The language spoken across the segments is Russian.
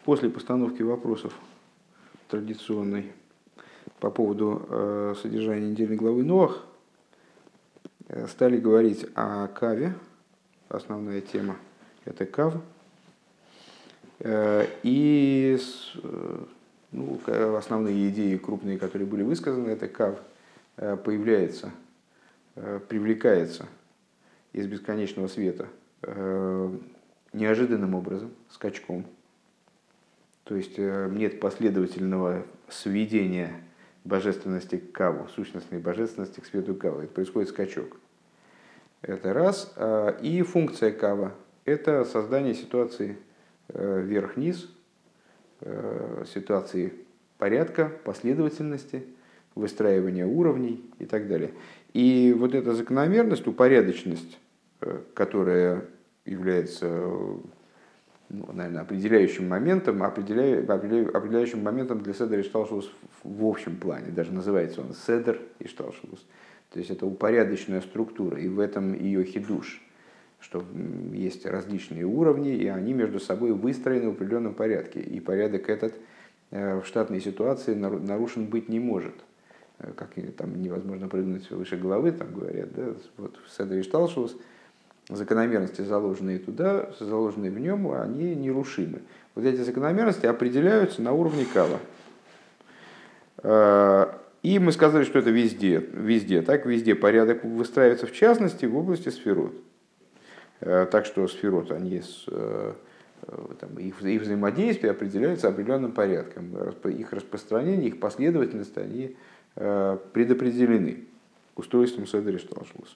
После постановки вопросов традиционной по поводу содержания недельной главы Ноах стали говорить о каве. Основная тема – это кав. И основные идеи крупные, которые были высказаны, это кав появляется, привлекается из бесконечного света неожиданным образом, скачком. То есть нет последовательного сведения божественности к каву, сущностной божественности к свету кава. Это происходит скачок. Это раз. И функция кава – это создание ситуации вверх-вниз, ситуации порядка, последовательности, выстраивания уровней и так далее. И вот эта закономерность, упорядоченность, которая является, наверное, определяющим моментом для Седер Ишталшелус в общем плане. Даже называется он Седер Ишталшелус. То есть это упорядоченная структура, и в этом ее хидуш, что есть различные уровни, и они между собой выстроены в определенном порядке. И порядок этот в штатной ситуации нарушен быть не может. Как там невозможно прыгнуть выше головы, там говорят, да, вот в Седер Ишталшелус закономерности, заложенные туда, заложенные в нем, они нерушимы. Вот эти закономерности определяются на уровне кава. И мы сказали, что это везде так, везде порядок выстраивается, в частности, в области сферот. Так что сферот, их взаимодействие определяется определенным порядком. Их распространение, их последовательность, они предопределены устройством Седер Ишталшелус.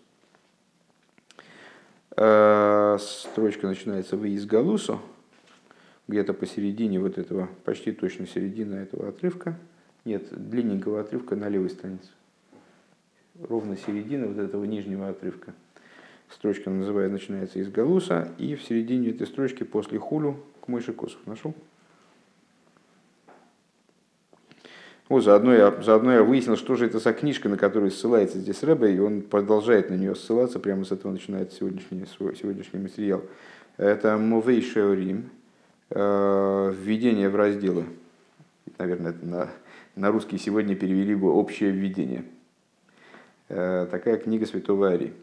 Строчка начинается в Изгалусу, где-то посередине вот этого, почти точно середина этого отрывка. Нет, длинненького отрывка на левой странице. Ровно середина вот этого нижнего отрывка. Строчка начинается из Галуса, и в середине этой строчки после хулю к Мойше Косов нашел. Заодно я выяснил, что же это за книжка, на которую ссылается здесь Ребе, и он продолжает на нее ссылаться, прямо с этого начинается сегодняшний материал. Это Мовей Шеорим, введение в разделы. Наверное, это на русский сегодня перевели бы «Общее введение». Такая книга святого Ари.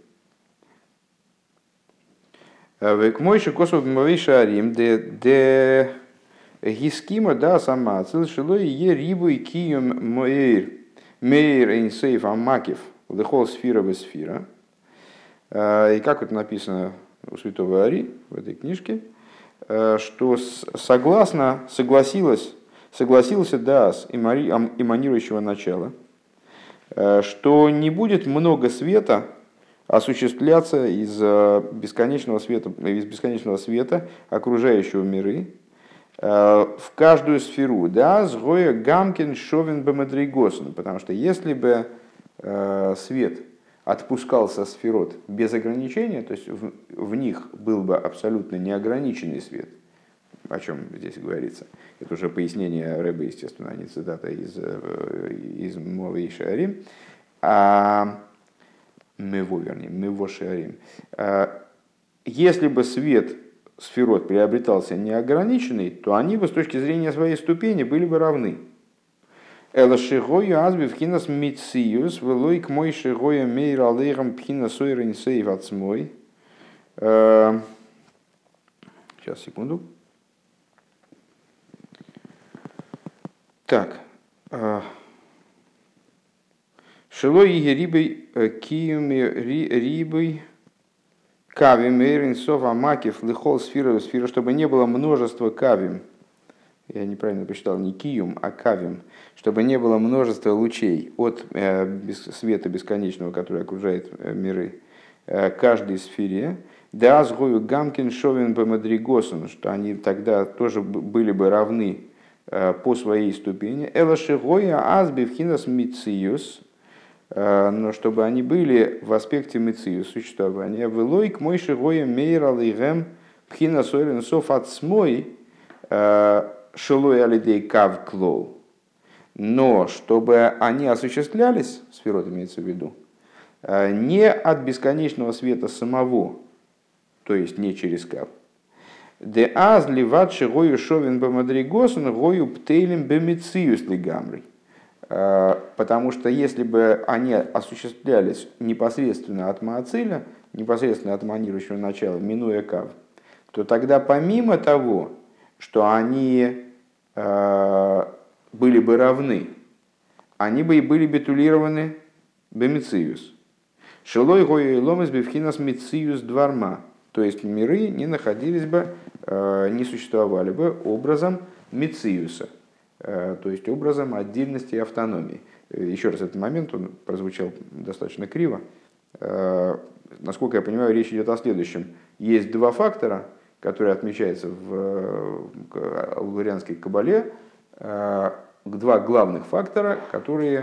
К Мойше Косов Мовей Шеорим, де Гискима, да, сама целшилой е рибу и кием мейр эйнсейф амакив лехол сфира без сфира. И как это написано у святого Ари в этой книжке, что согласился Даас эманирующего начала, что не будет много света осуществляться из бесконечного света окружающего миры, в каждую сферу, да, сгоя гамкин шовен бемадригосен, потому что если бы свет отпускался сферот без ограничения, то есть в них был бы абсолютно неограниченный свет, о чем здесь говорится, это уже пояснение Ребе, естественно, а не цитата из Мовей Шеорим, Мево Шеорим. Если бы свет сферот приобретался неограниченный, то они бы с точки зрения своей ступени были бы равны. Элашигою азби вхинас мициюс велой к мой шигоя мейр алейхам пхинас ойрен сейв ацмой. Сейчас, секунду. Так. Шилой и рибой киюми рибой кавим эйрин сова макив лихол сфира, чтобы не было множества кавим. Я неправильно посчитал, не киюм, а кавим. Чтобы не было множества лучей от света бесконечного, который окружает миры, каждой сфере. Да азгою гамкин шовен бемадригосен, что они тогда тоже были бы равны по своей ступени. Элашигоя азбивхинас мициюс, но чтобы они были в аспекте мециюс, существования. Велой к мой шигоя мейра лейгем пхина сойрен соф ацмой шилой алидей кав клоу. Но чтобы они осуществлялись, сферот имеется в виду, не от бесконечного света самого, то есть не через кав, Де аз ливатши гою шовен бамадригосан гою птейлем бемициюс лигамрой. Потому что если бы они осуществлялись непосредственно от Маациля, непосредственно от манирующего начала, минуя Кав, то тогда помимо того, что они были бы равны, они бы и были битулированы бемициюс. Шилой гою и ломес бифхинас мициюс дварма. То есть миры не находились бы, не существовали бы образом мициюса, то есть образом отдельности и автономии. Еще раз, этот момент, он прозвучал достаточно криво. Насколько я понимаю, речь идет о следующем. Есть два фактора, которые отмечаются в лурианской кабале, два главных фактора, которые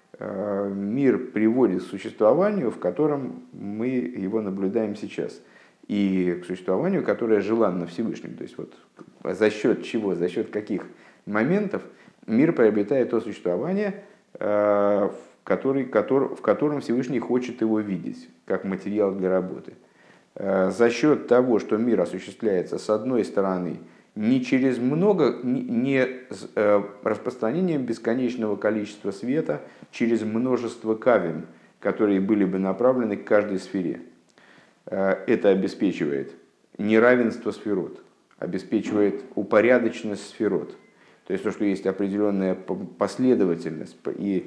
мир приводит к существованию, в котором мы его наблюдаем сейчас, и к существованию, которое желанно Всевышним. То есть вот за счет чего, за счет каких моментов мир приобретает то существование, в котором Всевышний хочет его видеть, как материал для работы. За счет того, что мир осуществляется, с одной стороны, не через не распространением бесконечного количества света, через множество кавим, которые были бы направлены к каждой сфере. Это обеспечивает неравенство сферот, обеспечивает упорядоченность сферот. То есть то, что есть определенная последовательность и,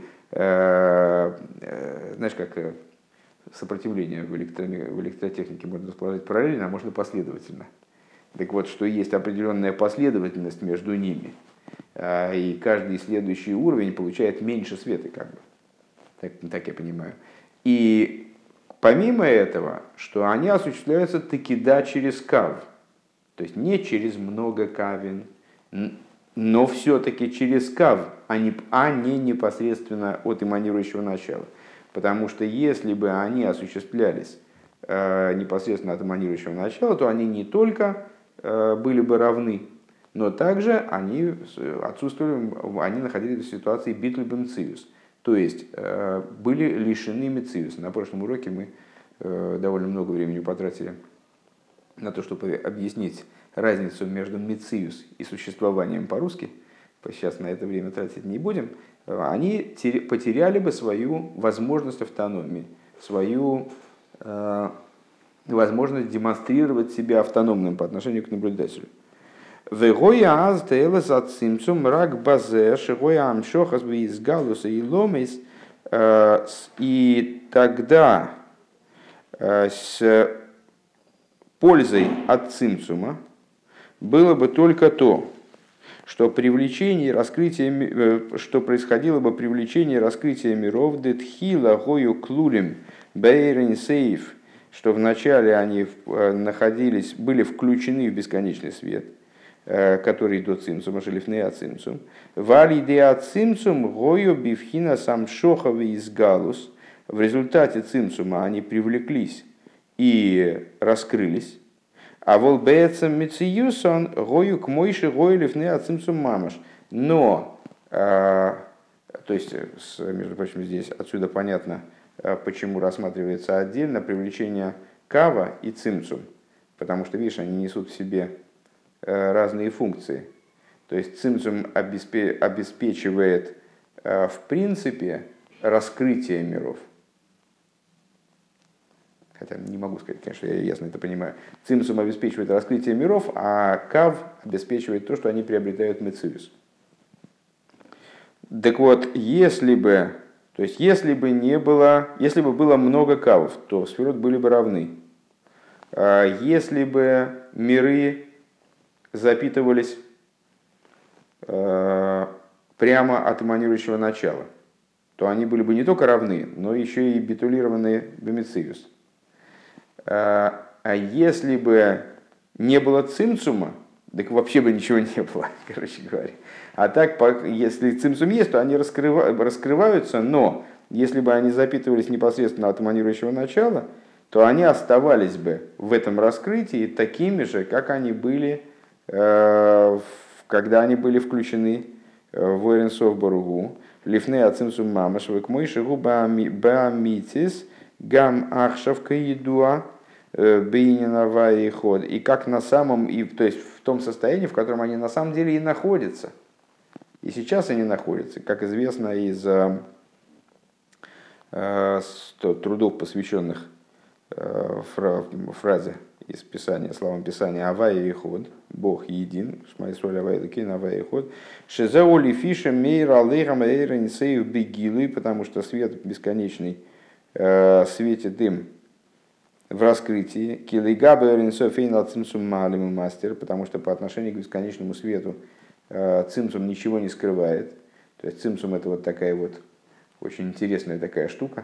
знаешь, как сопротивление в электротехнике можно расположить параллельно, а можно последовательно. Так вот, что есть определенная последовательность между ними, и каждый следующий уровень получает меньше света, как бы. Так я понимаю. И помимо этого, что они осуществляются таки да через кав, то есть не через много кавин, но все-таки через кав, а не непосредственно от эманирующего начала. Потому что если бы они осуществлялись непосредственно от эманирующего начала, то они не только были бы равны, но также они отсутствовали, они находились в ситуации битль циус, то есть были лишены мециуса. На прошлом уроке мы довольно много времени потратили на то, чтобы объяснить разницу между мециус и существованием по-русски. Сейчас на это время тратить не будем. Они потеряли бы свою возможность автономии, свою возможность демонстрировать себя автономным по отношению к наблюдателю. И тогда с пользой от цимцума было бы только то, что привлечение и раскрытие, что происходило бы привлечение и раскрытие миров, детхила гою клулим бейрен сейф, что вначале они были включены в бесконечный свет, который до цимцума, шелифней ацимцум, вали де ацимцум гою бифхина самшоховый из галус. В результате цимцума они привлеклись и раскрылись. А волбецам мециюсон гою к мойши гою лифней ацимцум мамаш. Но, то есть, между прочим, здесь отсюда понятно, почему рассматривается отдельно привлечение кава и цимцум. Потому что, видишь, они несут в себе разные функции. То есть цимцум обеспечивает в принципе раскрытие миров. Хотя не могу сказать, конечно, я ясно это понимаю. Цимцум обеспечивает раскрытие миров, а кав обеспечивает то, что они приобретают мециус. Так вот, если бы было много кавов, то сферот были бы равны. Если бы миры запитывались прямо от эманирующего начала, то они были бы не только равны, но еще и битулированы бемициус. А если бы не было цимцума, так вообще бы ничего не было, короче говоря. А так, если цимцум есть, то они раскрываются, но если бы они запитывались непосредственно от эманирующего начала, то они оставались бы в этом раскрытии такими же, как они были, когда они были включены в Эренсов Баругу, лифней ацимцум мамаш, век мойши гу баамитис, гам ахшавка едуа, бейнина вайход, и как на самом, и, то есть в том состоянии, в котором они на самом деле и находятся. И сейчас они находятся, как известно из трудов, посвященных фразе из Писания, словам Писания «Авай и ход», Бог един, Шмайсоль Авай Лукин, Авай и ход, Шезеоли Фиша Мейра Алейхам Эйрен Сейв Бегилы, потому что свет бесконечный светит дым в раскрытии, Килигаба Эренсо Фейнал Цимсум Малим Мастер, потому что по отношению к бесконечному свету цимсум ничего не скрывает. То есть цимсум это вот такая вот очень интересная такая штука.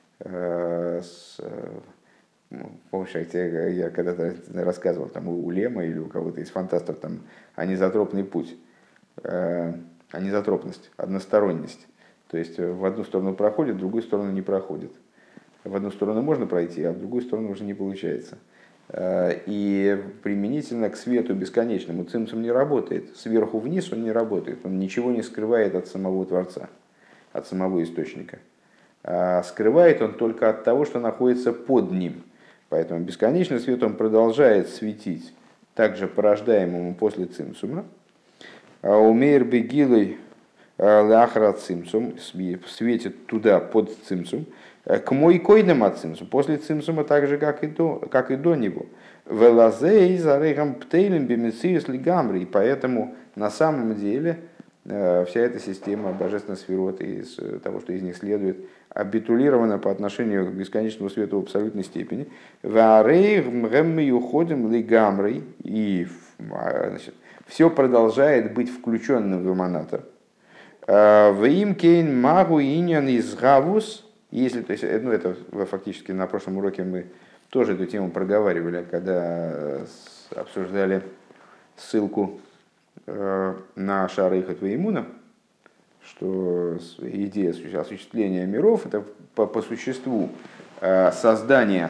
Помнишь, я когда-то рассказывал там у Лема или у кого-то из фантастов там анизотропный путь, анизотропность, односторонность. То есть в одну сторону проходит, в другую сторону не проходит. В одну сторону можно пройти, а в другую сторону уже не получается. И применительно к свету бесконечному цимсум не работает. Сверху вниз он не работает. Он ничего не скрывает от самого Творца, от самого источника. А скрывает он только от того, что находится под ним. Поэтому бесконечный свет он продолжает светить, также порождаемому после цимсума. Умейр бегилой ляхра цимсум, светит туда под цимсум. К мой койдам от цимсум, после цимсума так же, как и до него. Велазей за рейгам птейлем бемециус лигамри. И поэтому на самом деле вся эта система божественной сферот из того, что из них следует, абитулирована по отношению к бесконечному свету в абсолютной степени. И все продолжает быть включенным в эманатор. Ваимкейн магу иньян из гавус. Если, то есть, ну, это фактически на прошлом уроке мы тоже эту тему проговаривали, когда обсуждали ссылку на Шаара Ихот Ваимуна, что идея осуществления миров — это по существу создание,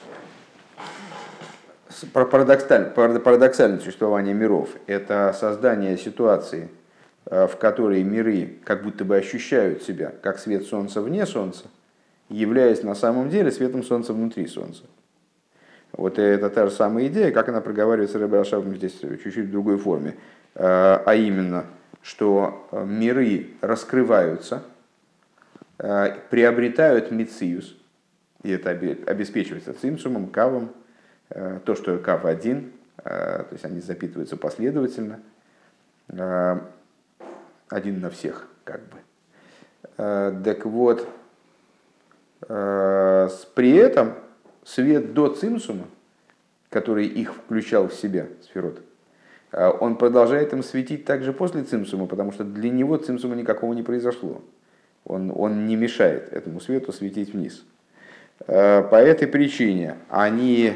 парадоксальное существование миров — это создание ситуации, в которой миры как будто бы ощущают себя как свет Солнца вне Солнца, являясь на самом деле светом Солнца внутри Солнца. Вот это та же самая идея, как она проговаривается Ребе Рашабом здесь чуть-чуть в другой форме. А именно, что миры раскрываются, приобретают мециус, и это обеспечивается цимсумом, кавом, то, что кав один, то есть они запитываются последовательно, один на всех, как бы. Так вот, при этом свет до цимсума, который их включал в себя, сферот, он продолжает им светить также после цимсума, потому что для него цимсума никакого не произошло. Он не мешает этому свету светить вниз. По этой причине они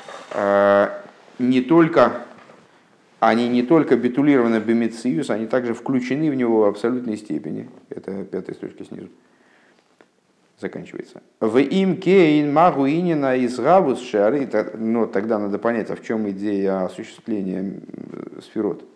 не только битулированы бемециус, они также включены в него в абсолютной степени. Это 5-я строчка снизу. Заканчивается. В им кейн магу инина из гавус шары. Но тогда надо понять, а в чем идея осуществления сферот.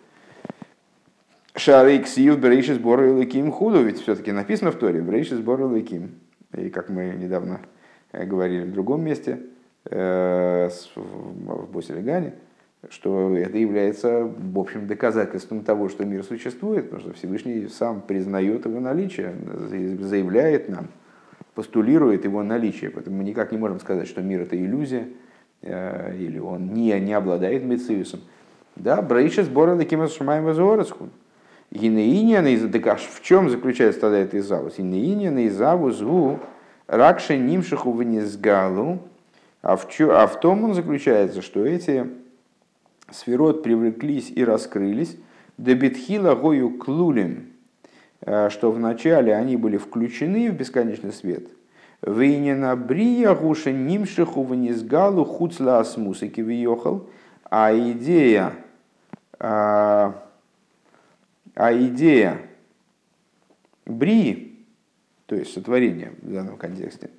Шары ксив берейши сбор элоким худу. Ведь все-таки написано в Торе берейши сбор элоким. И как мы недавно говорили в другом месте, в Босилегане, что это является в общем доказательством того, что мир существует, потому что Всевышний сам признает его наличие, заявляет нам, постулирует его наличие. Поэтому мы никак не можем сказать, что мир — это иллюзия, или он не обладает мециусом. Да, брейши сбора таким шумаем изорецку. В чем заключается тогда это изавус? Инеинян изавус гу ракше нимшиху венизгалу. А в том он заключается, что эти сферот привлеклись и раскрылись дебитхила гою клулем, что вначале они были включены в бесконечный свет. Вейнена брия гуша нимшиху венизгалу хуцла асмусики виехал. А идея брии, то есть сотворения в данном контексте,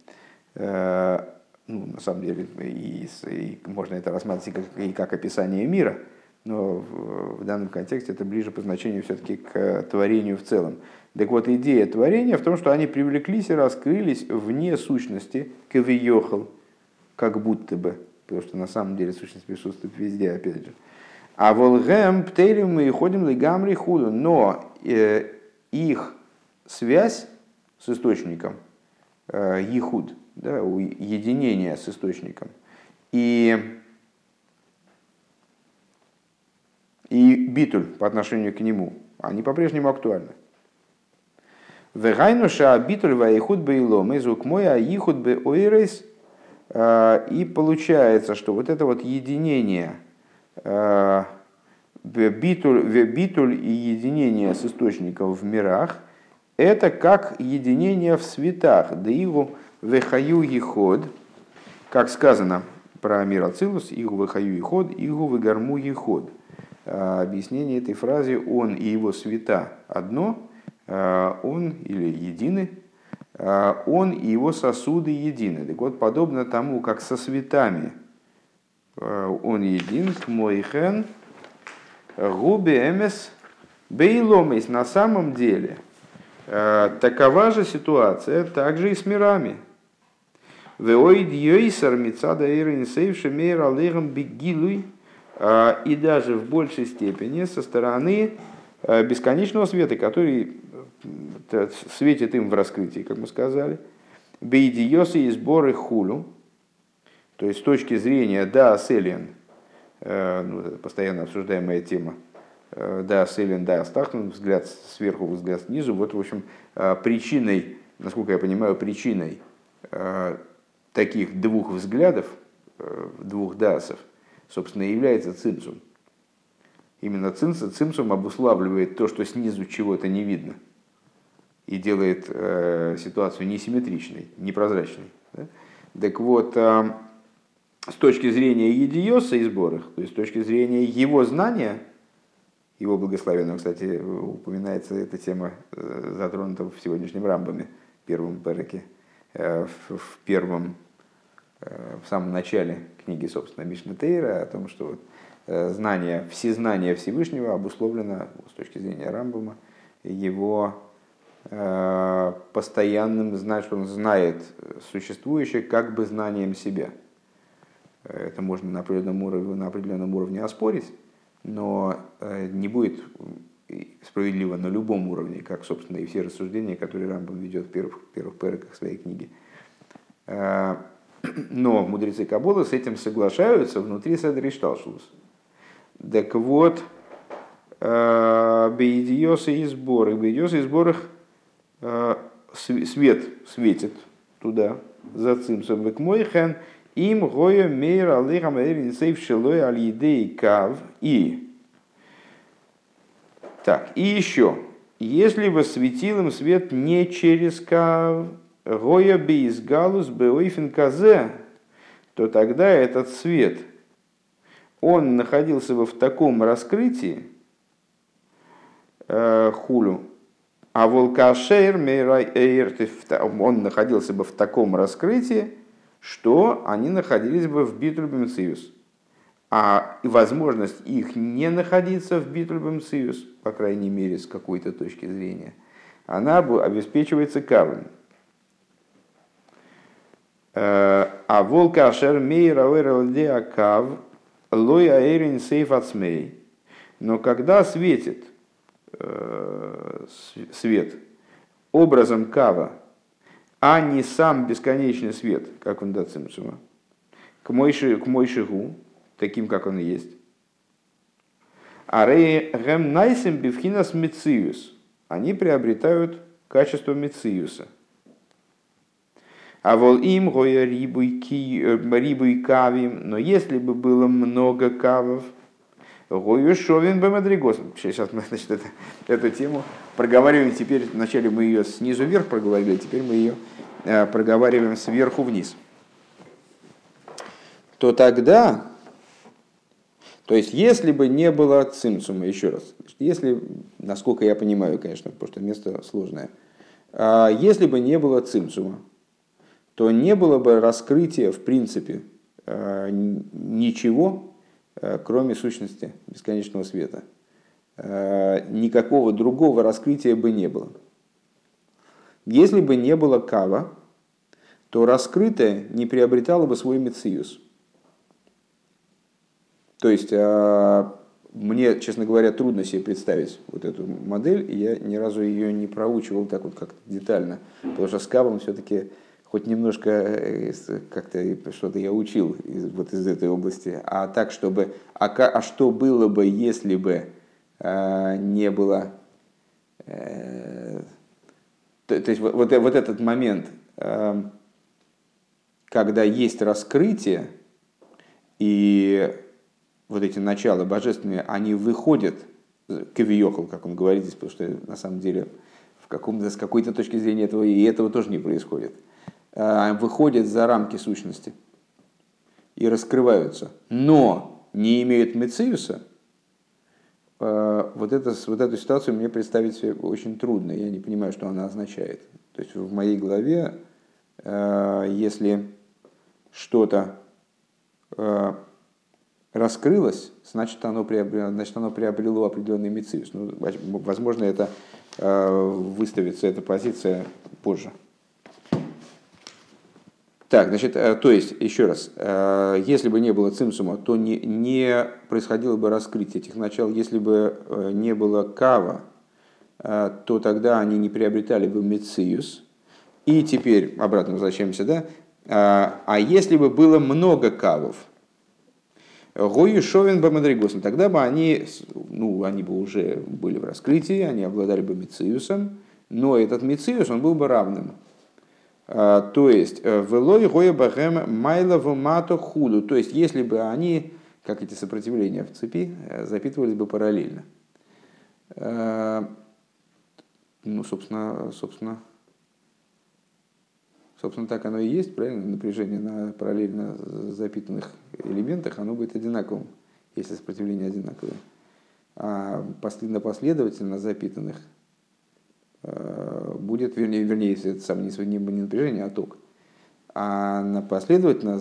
на самом деле и можно это рассматривать и как описание мира, но в данном контексте это ближе по значению все-таки к творению в целом. Так вот, идея творения в том, что они привлеклись и раскрылись вне сущности, кавиехал, как будто бы, потому что на самом деле сущность присутствует везде, опять же. А волгем птелем мы ходим лигамри худу, но их связь с источником, ехуд, да, единение с источником, и битуль по отношению к нему, они по-прежнему актуальны. Вегайнуша битуль ваихуд бейлом изук мой аихуд бе ойрейс. И получается, что вот это вот единение, битуль и единение с источником в мирах, это как единение в светах. Да его вехаю еход, как сказано про мир Ацилус, игу вехаю еход, игу вегарму еход. Объяснение этой фразы: он и его света одно, он или едины, он и его сосуды едины. Так вот, подобно тому, как со светами он един, к мойхен, губи эмес бейломейс. На самом деле, такова же ситуация также и с мирами. И даже в большей степени со стороны бесконечного света, который светит им в раскрытии, как мы сказали. Бейдиосы и сборы хулю, то есть с точки зрения даас элен, это постоянно обсуждаемая тема, даас элен, даас тахтун, взгляд сверху, взгляд снизу. Вот, в общем, причиной, насколько я понимаю, причиной таких двух взглядов, двух даасов, собственно, является цимсум. Именно цимсум обуславливает то, что снизу чего-то не видно, и делает ситуацию несимметричной, непрозрачной. Да? Так вот, с точки зрения едиоса и сборах, то есть с точки зрения его знания, его благословенного, кстати, упоминается эта тема, затронута в сегодняшнем Рамбаме, в первом переке, в самом начале книги, собственно, Мишна Тейра, о том, что знание, всезнание Всевышнего обусловлено с точки зрения Рамбама его постоянным знанием, что он знает существующее как бы знанием себя. Это можно на определенном уровне оспорить, но не будет справедливо на любом уровне, как, собственно, и все рассуждения, которые Рамбам ведет в первых переках своей книги. Но мудрецы Каббалы с этим соглашаются внутри Седер Ишталшус. Так вот, бейдиосы и сборах свет светит туда, за цимсом векмойхен, им гоя мейр алейхам эйрин сейф шелой аль-едей кав. И так, и еще, если бы светил им свет не через кав, гоя бейс галус беойфен казе, то тогда этот свет, он находился бы в таком раскрытии, хулю, а волкашер он находился бы в таком раскрытии, что они находились бы в битуль бемциюс. А возможность их не находиться в битуль бемциюс, по крайней мере, с какой-то точки зрения, она обеспечивается кавом. А волкашер мейра кав лой аэрин сейф ацмей. Но когда светит свет образом кава, а не сам бесконечный свет, как он дает цимсума, к мойшигу, таким, как он есть. А рем найсим бифхинас мециюс, они приобретают качество мециюса. А вол им гоя рибу и кавим, но если бы было много кавов, гою шовин бемадригос. Сейчас мы, значит, эту тему проговариваем. Теперь вначале мы ее снизу вверх проговорили, теперь мы ее проговариваем сверху вниз. То тогда, то есть если бы не было цимсума, еще раз, если, насколько я понимаю, конечно, потому что место сложное, если бы не было цимсума, то не было бы раскрытия, в принципе, ничего, кроме сущности бесконечного света. Никакого другого раскрытия бы не было. Если бы не было кава, то раскрытое не приобретало бы свой мециюс. То есть, мне, честно говоря, трудно себе представить вот эту модель, и я ни разу ее не проучивал так вот как-то детально, потому что с кавом все-таки хоть немножко как-то что-то я учил вот из этой области, а так, чтобы... А что было бы, если бы не было... То есть вот этот момент, когда есть раскрытие, и вот эти начала божественные, они выходят, кавиохал, как он говорит здесь, потому что на самом деле с какой-то точки зрения этого тоже не происходит, выходят за рамки сущности и раскрываются, но не имеют мециуса. Вот эту ситуацию мне представить себе очень трудно, я не понимаю, что она означает. То есть в моей голове, если что-то раскрылось, значит оно приобрело определенный мециус. Ну, возможно, это выставится эта позиция позже. Так, значит, то есть, еще раз, если бы не было цимсума, то не происходило бы раскрытие этих начал. Если бы не было кава, то тогда они не приобретали бы мециус. И теперь обратно возвращаемся, да? А если бы было много кавов, Гою Шовен Бамадригосом, тогда бы они бы уже были в раскрытии, они обладали бы мециусом, но этот мециус, он был бы равным. То есть, велой гоя бахем майлову мато худу. То есть, если бы они, как эти сопротивления в цепи, запитывались бы параллельно. Ну, собственно, так оно и есть, правильно? Напряжение на параллельно запитанных элементах, оно будет одинаковым, если сопротивление одинаковое. А последовательно запитанных будет, вернее, если это сам не напряжение, а ток. А на последовательно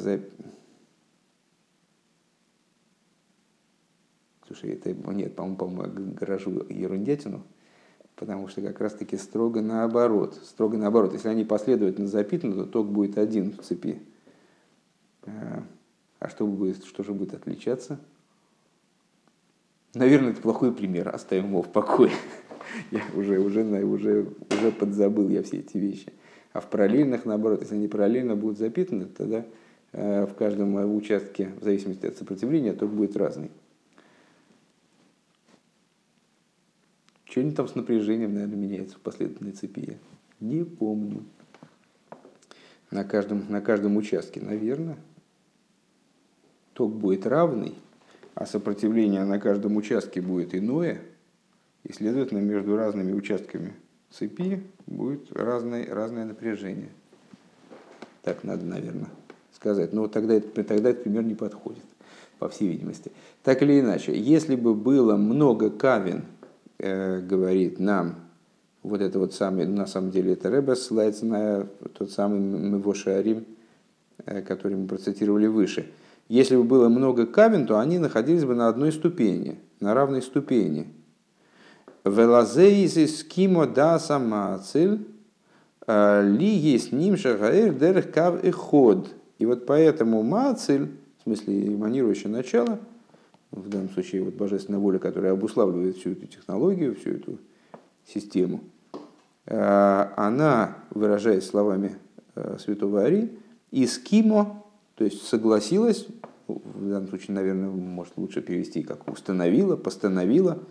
Слушай, это нет, по-моему, гаражу ерундятину, потому что как раз-таки строго наоборот. Если они последовательно запитаны, то ток будет один в цепи. А что же будет отличаться? Наверное, это плохой пример. Оставим его в покое. Я уже подзабыл я все эти вещи. А в параллельных, наоборот, если они параллельно будут запитаны, тогда в каждом участке, в зависимости от сопротивления, ток будет разный. Что-нибудь там с напряжением, наверное, меняется в последовательной цепи. Не помню. На каждом участке, наверное, ток будет равный, а сопротивление на каждом участке будет иное, и, следовательно, между разными участками цепи будет разное напряжение. Так надо, наверное, сказать. Но тогда этот пример не подходит, по всей видимости. Так или иначе, если бы было много кавин, говорит нам, вот это вот самый, на самом деле это Ребе ссылается на тот самый Мевошарим, который мы процитировали выше. Если бы было много кавин, то они находились бы на одной ступени, на равной ступени. Велазеизис кимо да самациль ли есть ним шагаэр дерх кав и ход. И вот поэтому мациль, в смысле эманирующее начало, в данном случае вот божественная воля, которая обуславливает всю эту технологию, всю эту систему, она, выражаясь словами святого Ари, искимо, то есть согласилась, в данном случае, наверное, может лучше перевести как установила, постановила,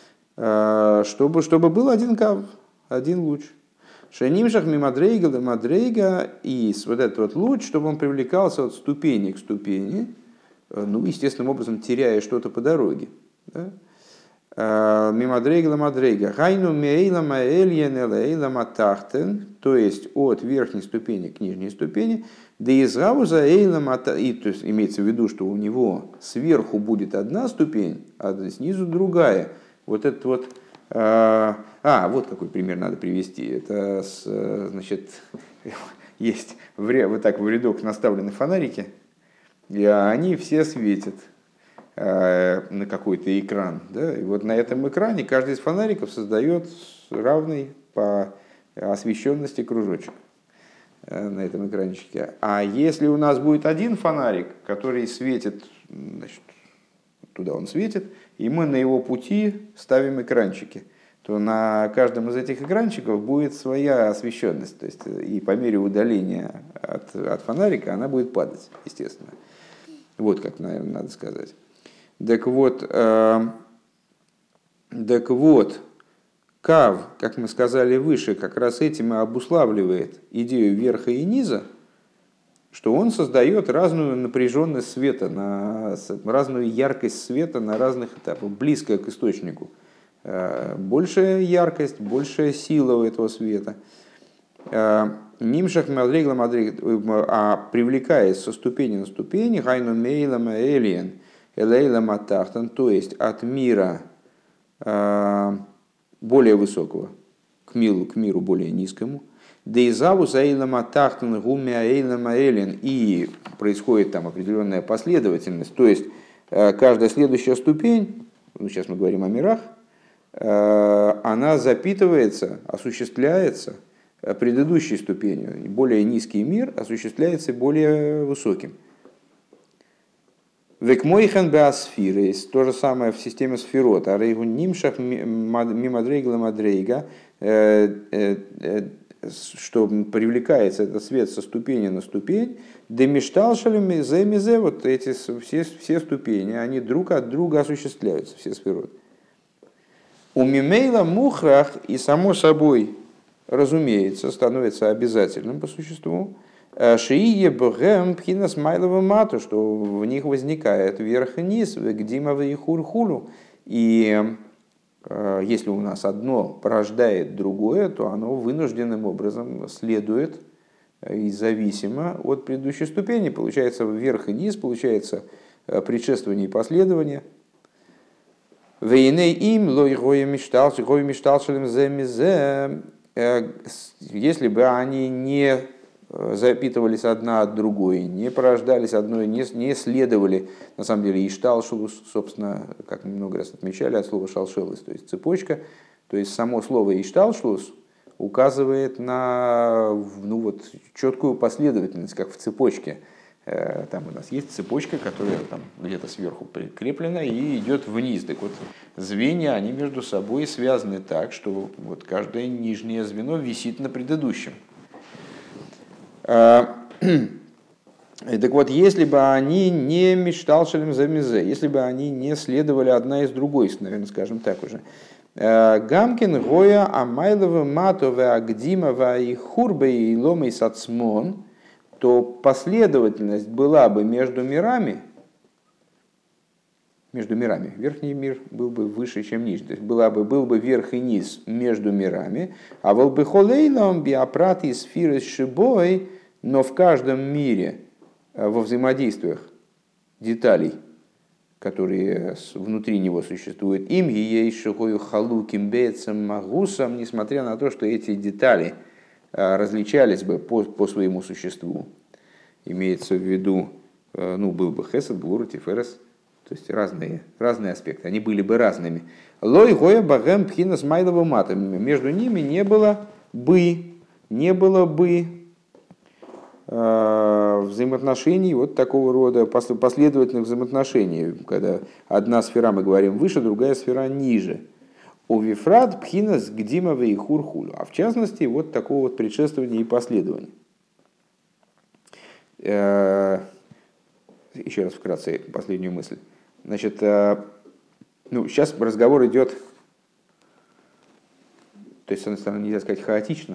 чтобы был один кав, один луч. Шенимшах мимадрейга да мадрейга, и вот этот вот луч, чтобы он привлекался от ступени к ступени, ну, естественным образом теряя что-то по дороге. Мимадрейга да мадрейга. Хайну мейла маэльен элейла матахтен, то есть от верхней ступени к нижней ступени, да из гауза эйла матахтен, то есть имеется в виду, что у него сверху будет одна ступень, а снизу другая. Вот этот вот... вот какой пример надо привести. Это, значит, есть вот так в рядок наставлены фонарики, и они все светят на какой-то экран. Да? И вот на этом экране каждый из фонариков создает равный по освещенности кружочек на этом экранчике. А если у нас будет один фонарик, который светит, значит, туда он светит, и мы на его пути ставим экранчики, то на каждом из этих экранчиков будет своя освещенность. То есть, и по мере удаления от фонарика она будет падать, естественно. Вот как, наверное, надо сказать. Так вот, Кав, как мы сказали выше, как раз этим и обуславливает идею верха и низа, что он создает разную напряженность света, разную яркость света на разных этапах, близкая к источнику. Большая яркость, большая сила у этого света. Нимшах мадрейгла мадрейг, а привлекаясь со ступени на ступень, гайну мейлама элиен, элейлама тахтан, то есть от мира более высокого к миру более низкому. Дейзаву заилама тахтан гумя эйлама элиен, и происходит там определенная последовательность, то есть каждая следующая ступень, ну, сейчас мы говорим о мирах, она запитывается, осуществляется предыдущей ступенью. Более низкий мир осуществляется более высоким. Векмойхан беасфирейс, то же самое в системе сферот. А рейгу нимшах мимадрейгла мадрейга, что привлекается этот свет со ступени на ступень, демишталшалем земизе, вот эти все ступени, они друг от друга осуществляются, все сферот. У мимейла мухрах, и само собой, разумеется, становится обязательным по существу, шиие бгэм пхинас майлова мату, что в них возникает верх и низ, гдимова и хурхулу. И если у нас одно порождает другое, то оно вынужденным образом следует и зависимо от предыдущей ступени. Получается верх и низ, получается предшествование и последование. Если бы они не запитывались одна от другой, не порождались одной, не следовали, на самом деле, ишталшелус, собственно, как мы много раз отмечали, от слова шалшелус, то есть цепочка, то есть само слово ишталшелус указывает на четкую последовательность, как в цепочке. Там у нас есть цепочка, которая там где-то сверху прикреплена и идет вниз. Так вот, звенья, они между собой связаны так, что вот каждое нижнее звено висит на предыдущем. Так вот, если бы они не мечталшелем за мизе, если бы они не следовали одна из другой, наверное, скажем так уже, Гамкин, Гоя, Амайлова, Матова, Агдимова и Хурбе и Ломей Сацмон, то последовательность была бы между мирами, верхний мир был бы выше, чем нижний, то есть был бы верх и низ между мирами, а волбехолейлом биопрат и сферы шибой, но в каждом мире во взаимодействиях деталей, которые внутри него существуют, им ей шихою халуким бецем магусом, несмотря на то, что эти детали различались бы по своему существу. Имеется в виду, был бы хесед, гвура, тиферес, то есть разные аспекты, они были бы разными. Лой гоя багэм пхинас майлова мата, между ними не было бы взаимоотношений вот такого рода, последовательных взаимоотношений, когда одна сфера, мы говорим, выше, другая сфера ниже. У вифрат пхинас гдимова и хурхулю, а в частности вот такого вот предшествования и последования. Еще раз вкратце последнюю мысль. Значит, сейчас разговор идет, то есть, с одной стороны, нельзя сказать хаотично,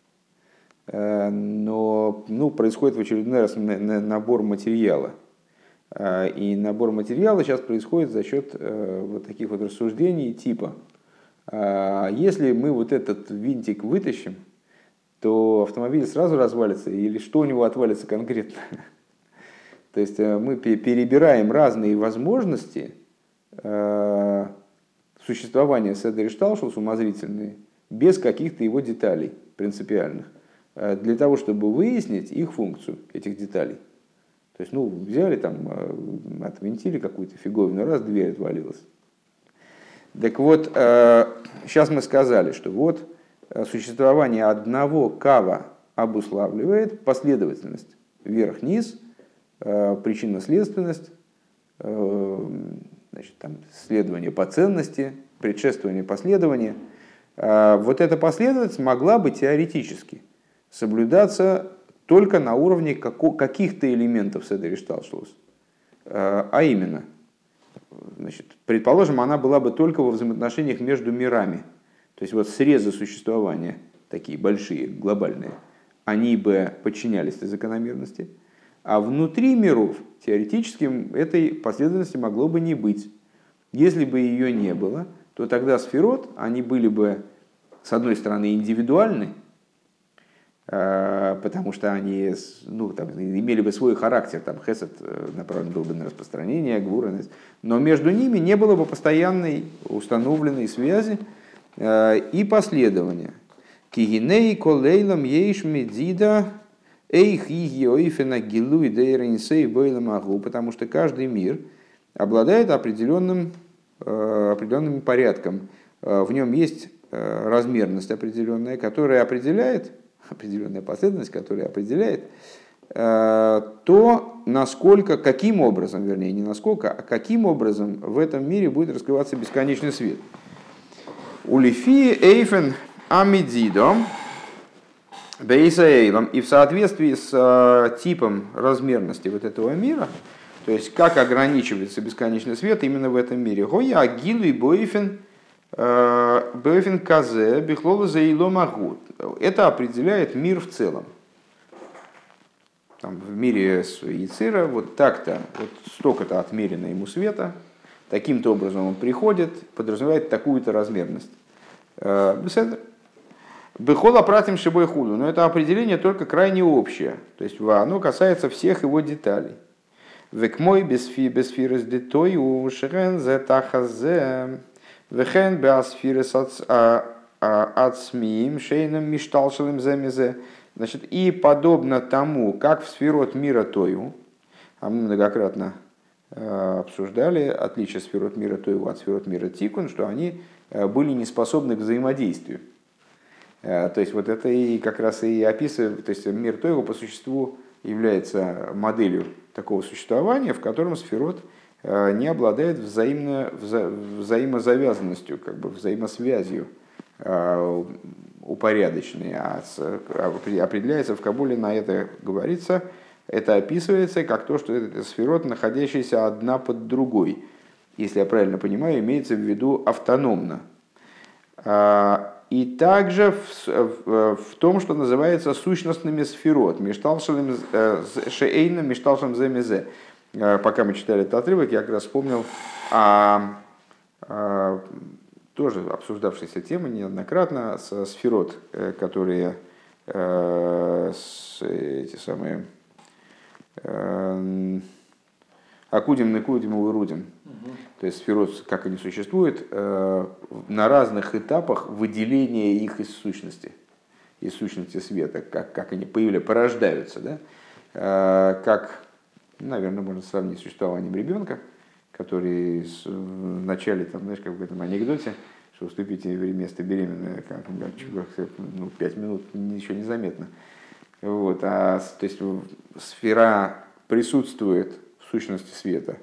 но происходит в очередной раз набор материала. И набор материала сейчас происходит за счет вот таких вот рассуждений типа: если мы вот этот винтик вытащим, то автомобиль сразу развалится, или что у него отвалится конкретно? То есть мы перебираем разные возможности существования седер шталшус умозрительные, без каких-то его деталей принципиальных, для того, чтобы выяснить их функцию, этих деталей. То есть, взяли там, отвинтили какую-то фиговину, раз, дверь отвалилась. Так вот, сейчас мы сказали, что вот существование одного кава обуславливает последовательность вверх-вниз, причинно-следственность, значит, там, следование по ценности, предшествование последования, вот эта последовательность могла бы теоретически соблюдаться только на уровне каких-то элементов Седер Ишталшелус. А именно, значит, предположим, она была бы только во взаимоотношениях между мирами. То есть вот срезы существования, такие большие, глобальные, они бы подчинялись этой закономерности. А внутри миров теоретически этой последовательности могло бы не быть. Если бы ее не было, то тогда сферот, они были бы, с одной стороны, индивидуальны, потому что они там, имели бы свой характер, там хесед направлен был бы на распространение, гвура, но между ними не было бы постоянной установленной связи и последования. Кигиней колейлам ейш медида эйх игиоифена гилуй дейренсей бойлам агу, потому что каждый мир обладает определенным порядком. В нем есть размерность определенная, которая определяет, определенная последовательность, которая определяет то, насколько, каким образом, вернее, не насколько, а каким образом в этом мире будет раскрываться бесконечный свет. Улифи эйфен амидидо бейсаэйлом, и в соответствии с типом размерности вот этого мира, то есть как ограничивается бесконечный свет именно в этом мире. Гоя агилу и бойфен казе бихлова заило магут. Это определяет мир в целом. Там, в мире Яцира вот так-то, вот столько-то отмерено ему света, таким-то образом он приходит, подразумевает такую-то размерность. Бехола пратим шибой худу, но это определение только крайне общее, то есть оно касается всех его деталей. Век мой бесфирес детой у шерен зе тахазе вехен беасфирес ацмиим шейном мишталшелем земезе. Значит, и подобно тому, как в сферот мира тою, а мы многократно обсуждали отличие сферот мира тою от сферот мира тикун, что они были не способны к взаимодействию. То есть вот это и как раз и описывает, то есть мир тойгу по существу является моделью такого существования, в котором сферот не обладает взаимозавязанностью, как бы взаимосвязью упорядоченной, а определяется в Кабуле, на это говорится, это описывается как то, что это сферот, находящаяся одна под другой. Если я правильно понимаю, имеется в виду автономно. И также в том, что называется сущностными сферот, мишталшелем шеэйном, мишталшем земезе. Пока мы читали этот отрывок, я как раз вспомнил тоже обсуждавшаяся тема неоднократно со сферот, которые эти самые акудим, некудим и урудим. То есть сферот, как они существуют, на разных этапах выделения их из сущности света, как они порождаются. Да? Как, наверное, можно сравнить с существованием ребенка, который в начале, там, знаешь, как в этом анекдоте, что уступите место беременное, 5 минут ничего не заметно. Вот, то есть сфера присутствует в сущности света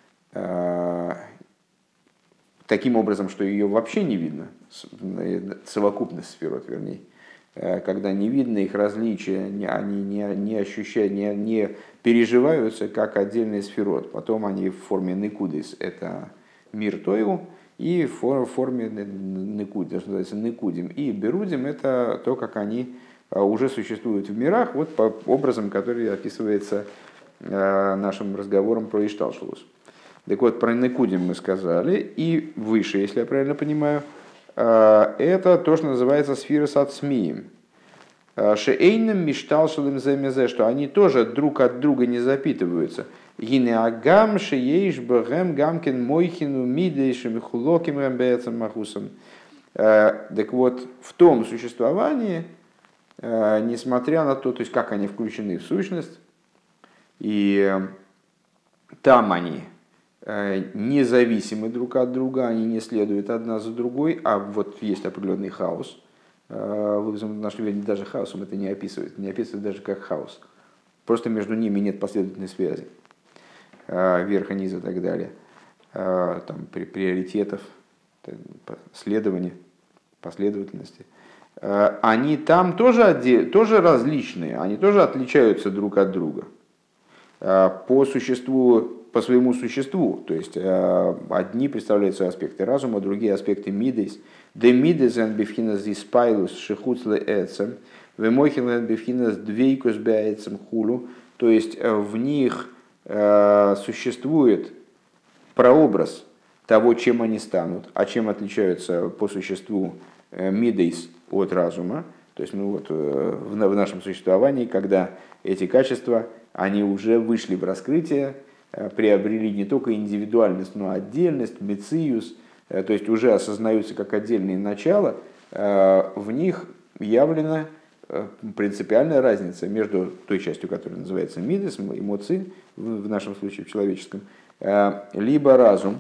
таким образом, что ее вообще не видно, совокупность сферот, вернее, когда не видно их различия, они не ощущают, не переживаются как отдельный сферот. Потом они в форме некудис, это мир тойу, и в форме некудис, что называется некудим. И берудим, это то, как они уже существуют в мирах, вот по образам, который описывается нашим разговором про Ишталшелус. Так вот, про некудим мы сказали, и выше, если я правильно понимаю, это то, что называется сфирос ацмиим. Шеэйным мишталшелем земезе, что они тоже друг от друга не запитываются. Гинеагам шеейш бэгэм гамкин мойхину мидейшим хулоким рамбэцам махусам. Так вот, в том существовании, несмотря на то, есть как они включены в сущность, и там они независимы друг от друга, они не следуют одна за другой, а вот есть определенный хаос. В нашем мире даже хаосом это не описывает даже как хаос. Просто между ними нет последовательной связи, верха, низа и так далее. там, приоритетов, следования, последовательности, они там тоже различные, они тоже отличаются друг от друга по существу, по своему существу. То есть одни представляют свои аспекты разума, другие аспекты мидейс. Де мидейс эн бифхинас диспайлус шихуцле эцем, вемохин эн бифхинас двейкус бяэцем хулу. То есть в них существует прообраз того, чем они станут, а чем отличаются по существу мидейс от разума. То есть в нашем существовании, когда эти качества, они уже вышли в раскрытие, приобрели не только индивидуальность, но и отдельность, мециус, то есть уже осознаются как отдельные начала, в них явлена принципиальная разница между той частью, которая называется мидес, эмоции, в нашем случае в человеческом, либо разум.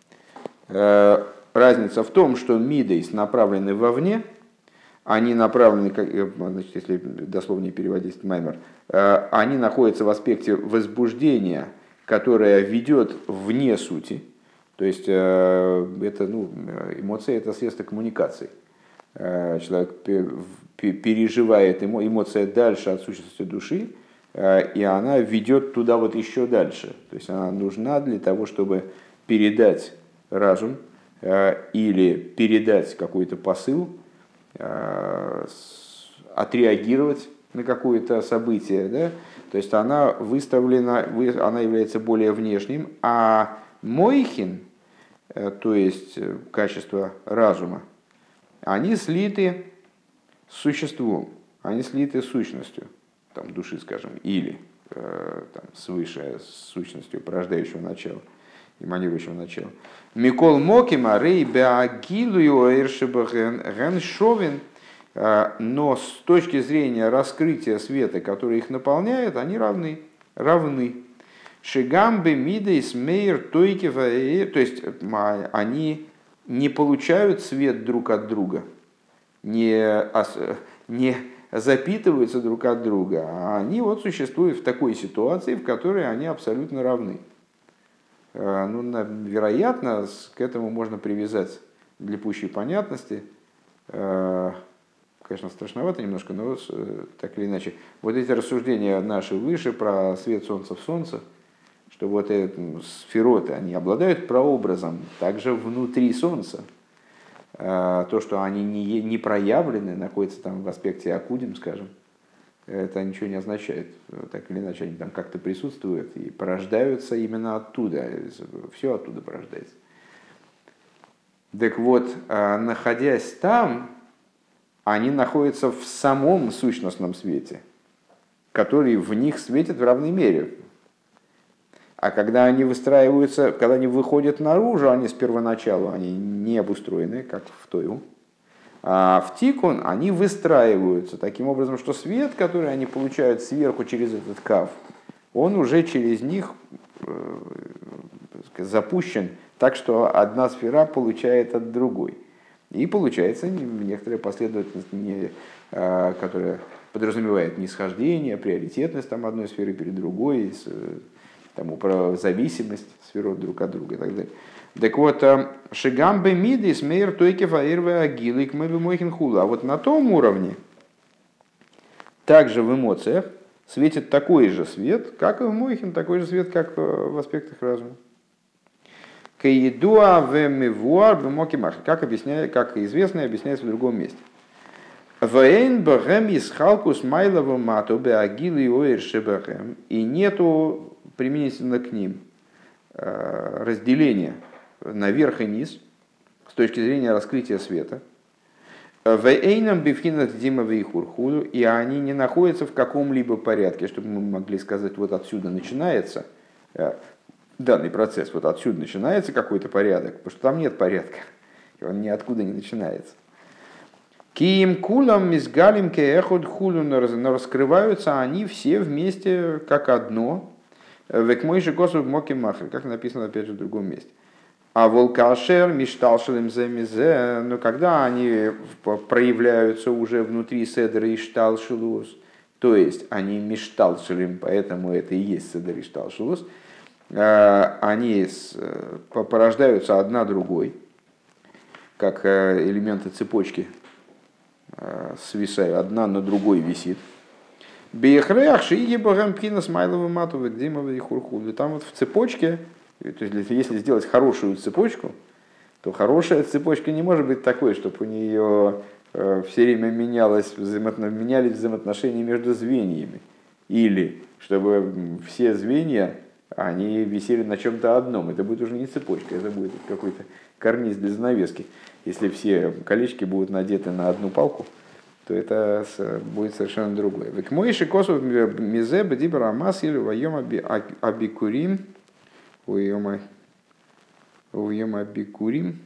Разница в том, что мидейс направлены вовне, они направлены, значит, если дословнее переводить Маймер, они находятся в аспекте возбуждения, которое ведет вне сути. То есть это, эмоции – это средство коммуникации. Человек переживает эмоция дальше от сущности души, и она ведет туда вот еще дальше. То есть она нужна для того, чтобы передать разум или передать какой-то посыл, отреагировать на какое-то событие, да? То есть она выставлена, она является более внешним, а мойхин, то есть качество разума, они слиты с существом, они слиты с сущностью, там, души, скажем, или там, свыше, с сущностью порождающего начала, эманирующего начала. Микол Мокима рей беагилу эршебахен геншовен. Но с точки зрения раскрытия света, который их наполняет, они равны. Шигамбе мидейс мейр тойкева, то есть они не получают свет друг от друга, не запитываются друг от друга, а они вот существуют в такой ситуации, в которой они абсолютно равны. Вероятно, к этому можно привязать для пущей понятности, конечно, страшновато немножко, но так или иначе, вот эти рассуждения наши выше про свет солнца в солнце, что вот сфероты, они обладают прообразом также внутри солнца. То, что они не проявлены, находятся там в аспекте акудим, скажем, это ничего не означает. Так или иначе, они там как-то присутствуют и порождаются именно оттуда. Все оттуда порождается. Так вот, находясь там, они находятся в самом сущностном свете, который в них светит в равной мере. А когда они выстраиваются, когда они выходят наружу, они с первоначалу, они не обустроены, как в Тойу. А в Тикун они выстраиваются таким образом, что свет, который они получают сверху через этот кав, он уже через них запущен так, что одна сфера получает от другой. И получается некоторая последовательность, которая подразумевает нисхождение, приоритетность там, одной сферы перед другой, зависимость сферот друг от друга и так далее. Так вот, шигамбе мидис мейр тойкев аирве агилик мэбе мойхин хула. А вот на том уровне, также в эмоциях, светит такой же свет, как и в мойхин, такой же свет, как в аспектах разума. Как известно, объясняется в другом месте. И нету применительно к ним разделения на верх и низ с точки зрения раскрытия света. И они не находятся в каком-либо порядке, чтобы мы могли сказать, вот отсюда начинается данный процесс, вот отсюда начинается какой-то порядок, потому что там нет порядка, и он ниоткуда не начинается. Киим кулам мизгалим кеэхот хулу, но раскрываются они все вместе как одно. Век мой же косу моки махр, как написано опять же в другом месте. А волкашер мишталшелем земизе, но когда они проявляются уже внутри седра и шталшелус, то есть они мишталшелем, поэтому это и есть седра и шталшелус, они порождаются одна другой, как элементы цепочки свисают, одна на другой висит. Бехреах шиги богам пхина смайловым матовый димовый хурхуды. Там вот в цепочке, то есть если сделать хорошую цепочку, то хорошая цепочка не может быть такой, чтобы у нее все время менялись взаимоотношения между звеньями. Или чтобы все звенья, они висели на чем-то одном. Это будет уже не цепочка, это будет какой-то карниз без занавески. Если все колечки будут надеты на одну палку, то это будет совершенно другое. Век мой шикосов мизе бедибра масилю вайом абикурим уйом абикурим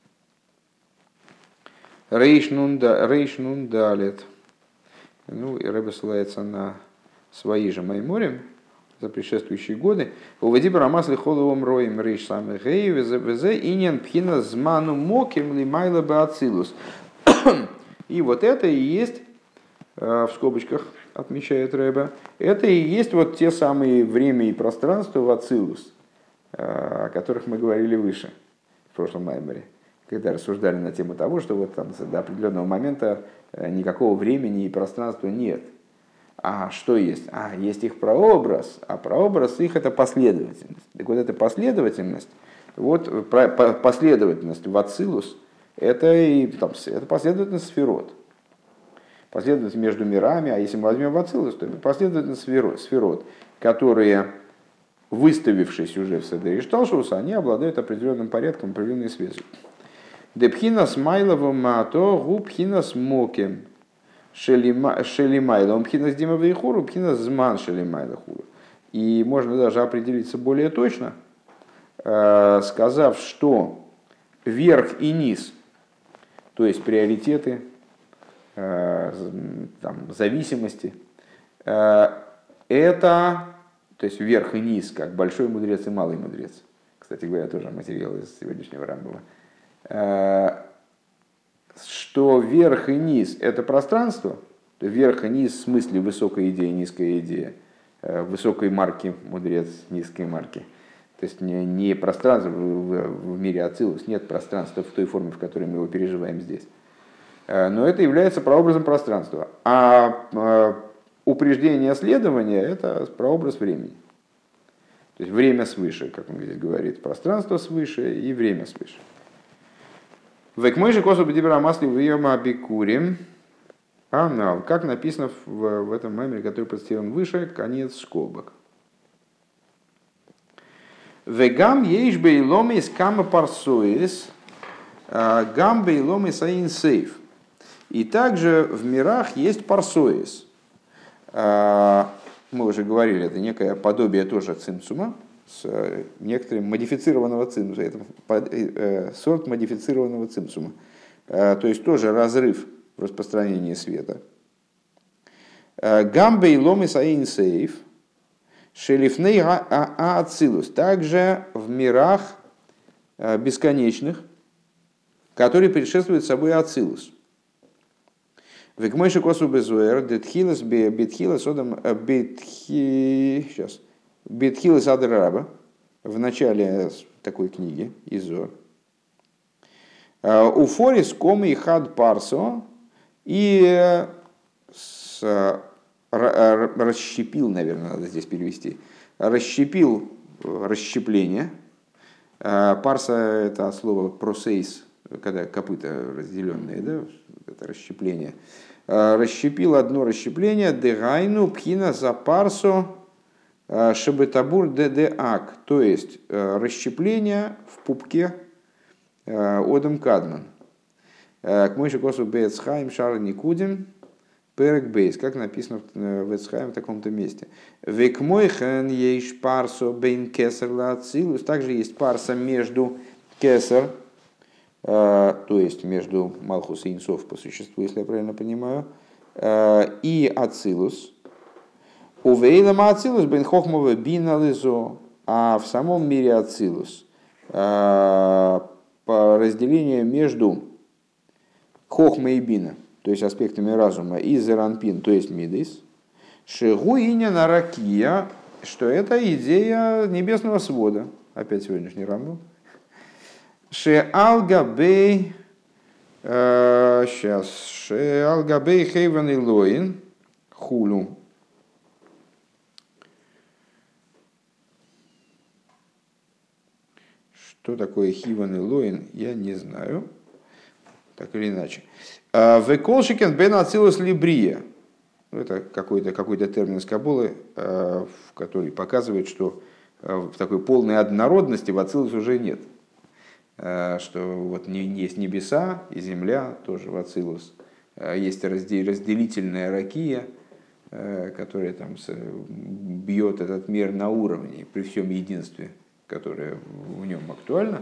рейшнун далет. Ну и Рэбе ссылается на свои же майморим за предшествующие годы. У вадибра масли холовом роем рейш самый гей везе иньян пхина зману моким лимайла баацилус. И вот это и есть, в скобочках отмечает Рэбе, это и есть вот те самые время и пространство в Ацилус, о которых мы говорили выше, в прошлом майморе, когда рассуждали на тему того, что вот там до определенного момента никакого времени и пространства нет. А что есть? Есть их прообраз, а прообраз их это последовательность. Так вот эта последовательность, последовательность в Ацилус, это последовательность сферот. Последовательность между мирами, а если мы возьмем в Ацилус, то это последовательность сферот, которые, выставившись уже в Седер Ишталшус, они обладают определенным порядком, определенной связью. Депхина смайловым мато губхина смокем шелимайла, пхина с димовой хуру, пхина зман шелимайла хуру. И можно даже определиться более точно, сказав, что верх и низ, то есть приоритеты, зависимости, это, то есть верх и низ, как большой мудрец и малый мудрец. Кстати говоря, тоже материал из сегодняшнего Рамбова. Что верх и низ это пространство, то верх и низ в смысле высокая идея, низкая идея, высокой марки мудрец, низкой марки. То есть не пространство в мире Ацилус, нет пространства в той форме, в которой мы его переживаем здесь. Но это является прообразом пространства. А упреждение следования – это прообраз времени. То есть время свыше, как он здесь говорит, пространство свыше и время свыше. Векмойши косу бедибра масли вьема абикурим. Анал, как написано в этом меморе, который процитирован выше, конец скобок. Вегам ейш бейломис кама парсуис, гам бейломис аин сейф. И также в мирах есть парсоис. Мы уже говорили, это некое подобие тоже цимсума, с некоторым модифицированного цимсума, это сорт модифицированного цимсума. То есть тоже разрыв в распространении света. Гамбей ломис аин сейф, шелифней ацилус. Также в мирах бесконечных, которые предшествуют собой ацилус. Векмойши косу безуэр, детхилас бетхилас одам бетхилас адраба, в начале такой книги Изор. Уфорис коми хад парсо, и расщепил, наверное, надо здесь перевести, расщепил расщепление. Парса – это от слова просейс, когда копыта разделенные, да, это расщепление. Расщепил одно расщепление, дегайну пхина за парсо шебетабур дедеак, то есть расщепление в пупке одам кадман. К мойши косу бецхайм шар никудим перек бейс, как написано в Эцхайм в таком-то месте. Век мойхен ейш парсо бейн кесар ла ацилус, также есть парса между кесар, то есть между Малхус и Инсов по существу, если я правильно понимаю, и Ацилус. У Вейлама Ацилус бен Хохмова бина лизо, а в самом мире Ацилус по разделению между Хохма и Бина, то есть аспектами разума, и Зеранпин, то есть Мидис, Шигу иня наракия, что это идея небесного свода. Опять сегодняшний Рамбам. Ше алгабей, сейчас, ше алгабей хейвен и лоин, хулю. Что такое хивен и лоин, я не знаю. Так или иначе. Веколшикен бен ацилус либрия. Это какой-то термин из Кабулы, который показывает, что в такой полной однородности в ацилус уже нет. Что вот есть небеса и земля, тоже в ацилус. Есть разделительная ракия, которая там бьет этот мир на уровне при всем единстве, которое в нем актуально.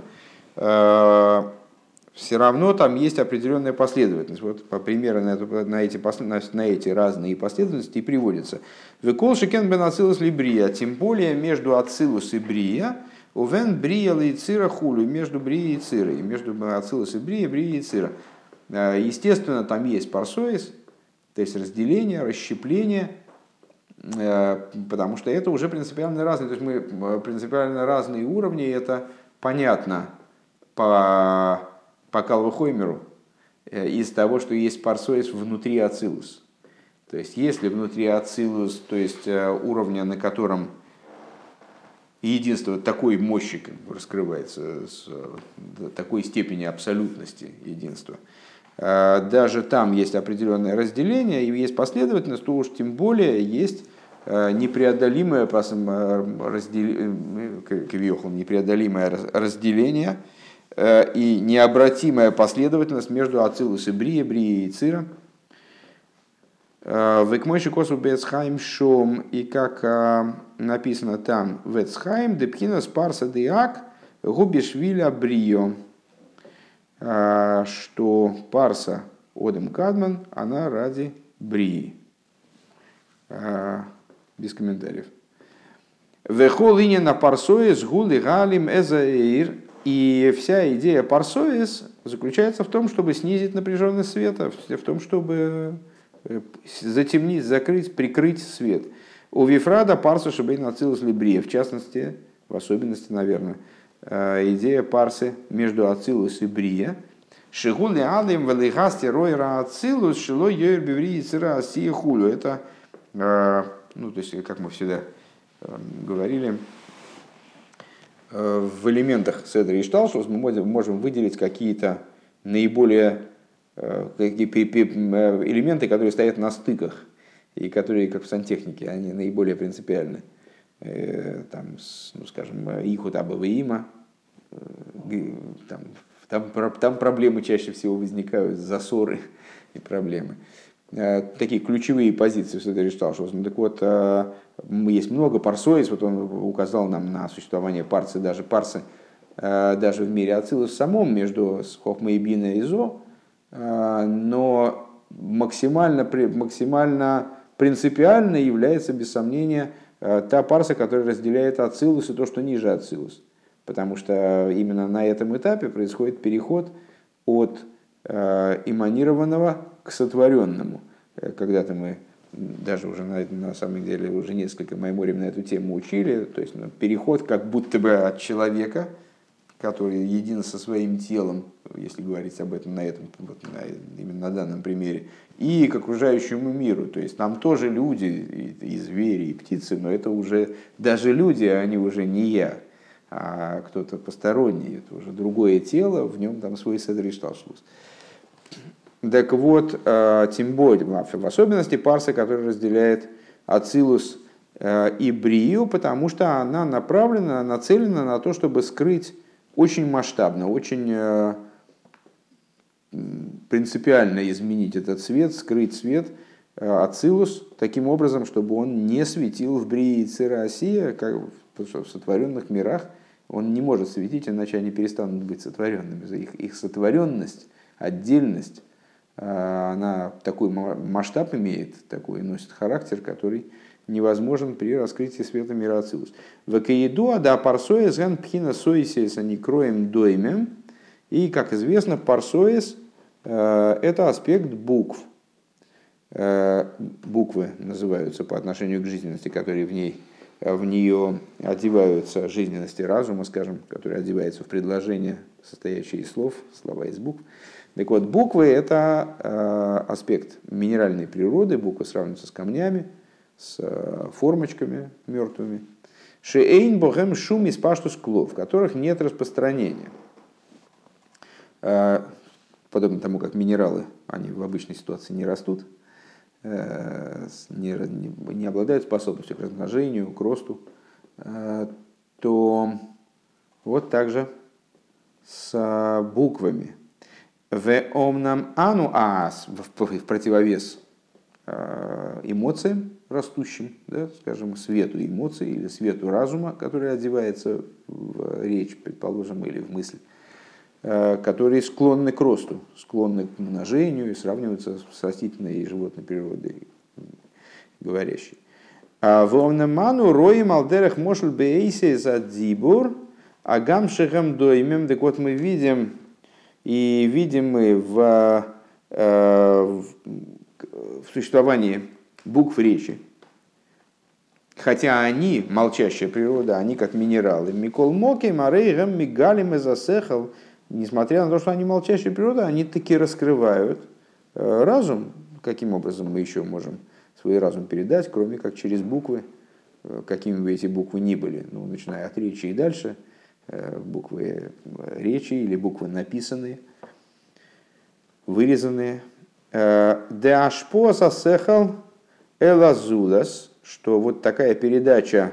Все равно там есть определенная последовательность. Вот по примеру на эти разные последовательности и приводится. Векол шекен бен ацилус ли брия, тем более между ацилус и брия, увен брия ли цира хулю, между брией и цирой, между ацилус и брия и цира. Естественно, там есть парсоис, то есть разделение, расщепление, потому что это уже принципиально разные. То есть мы принципиально разные уровни, это понятно по Кал Вахоймеру из того, что есть парсоис внутри ацилус. То есть если внутри ацилус, то есть уровня, на котором единство такой мощи как бы раскрывается, с такой степени абсолютности единства, даже там есть определенное разделение и есть последовательность, то уж тем более есть непреодолимое разделение и необратимая последовательность между ацилус и брия и цира. Векмойши косу бецхайм шом, и как написано там вецхайм депхина спарса деак губишвиля брио, что парса одем кадман, она ради брии. Без комментариев. Вехолине на парсоис гули галим эзаир. И вся идея парсоис заключается в том, чтобы снизить напряженность света, в том, чтобы затемнить, закрыть, прикрыть свет. У Вифрада парса шебейн ацилус либрия, в частности, в особенности, наверное, идея парсы между ацилус и брия. Шигули алим велихасти ройра ацилус шило йойр биври цира асия хулю. Это, ну, то есть, как мы всегда говорили, в элементах Седра и Шталшус мы можем выделить какие-то наиболее элементы, которые стоят на стыках и которые, как в сантехнике, они наиболее принципиальны. Там, ну, скажем, ихут абаваима, там проблемы чаще всего возникают, засоры и проблемы. Такие ключевые позиции в Седре Шталшус. Ну, так вот, есть много парсоис, вот он указал нам на существование парсы, даже в мире ацилус самом, между хохмой и бина и зо, но максимально принципиально является, без сомнения, та парса, которая разделяет ацилус и то, что ниже ацилус. Потому что именно на этом этапе происходит переход от эманированного к сотворенному. Когда-то мы даже уже на самом деле уже несколько майморим на эту тему учили, то есть переход как будто бы от человека, который един со своим телом, если говорить об этом именно на данном примере, и к окружающему миру. То есть там тоже люди, и звери, и птицы, но это уже даже люди, они уже не я, а кто-то посторонний, это уже другое тело, в нем там свой седр и шталшус. Так вот, тем более, в особенности парса, которая разделяет ацилус и брию, потому что она нацелена на то, чтобы скрыть очень масштабно, очень принципиально изменить этот свет, скрыть свет ацилус таким образом, чтобы он не светил в брии и цира асия, как в сотворенных мирах. Он не может светить, иначе они перестанут быть сотворенными. Их сотворенность, отдельность, она такой масштаб имеет, такой носит характер, который невозможен при раскрытии света мира ацилус. Вакаиду да парсоис ген пхина соисис они кроем доймем. И, как известно, парсоис это аспект букв. Буквы называются по отношению к жизненности, которые в ней в нее одеваются жизненности разума, скажем, который одевается в предложение, состоящее из слов, слова из букв. Так вот, буквы – это аспект минеральной природы, буквы сравниваются с камнями, с формочками мертвыми. Шеэйн богем шум из паштус клов, в которых нет распространения. Подобно тому, как минералы, они в обычной ситуации не растут, не обладают способностью к размножению, к росту, то вот так же с буквами. В омнам ану аас, в противовес эмоциям растущим, да, скажем, свету эмоций или свету разума, который одевается в речь, предположим, или в мысль, которые склонны к росту, склонны к умножению и сравниваются с растительной и животной природой говорящей. В омнам ану роим алдерах мошл бейсе за дибур агам шехам доймем. Так вот мы видим мы в существовании букв речи, хотя они, молчащая природа, они как минералы. Микол моки, марейгам, мигалим и засехал. Несмотря на то, что они молчащая природа, они таки раскрывают разум. Каким образом мы еще можем свой разум передать, кроме как через буквы, какими бы эти буквы ни были, ну, начиная от речи и дальше, буквы речи или буквы написанные, вырезанные. Деашпо засехал элазулас, что вот такая передача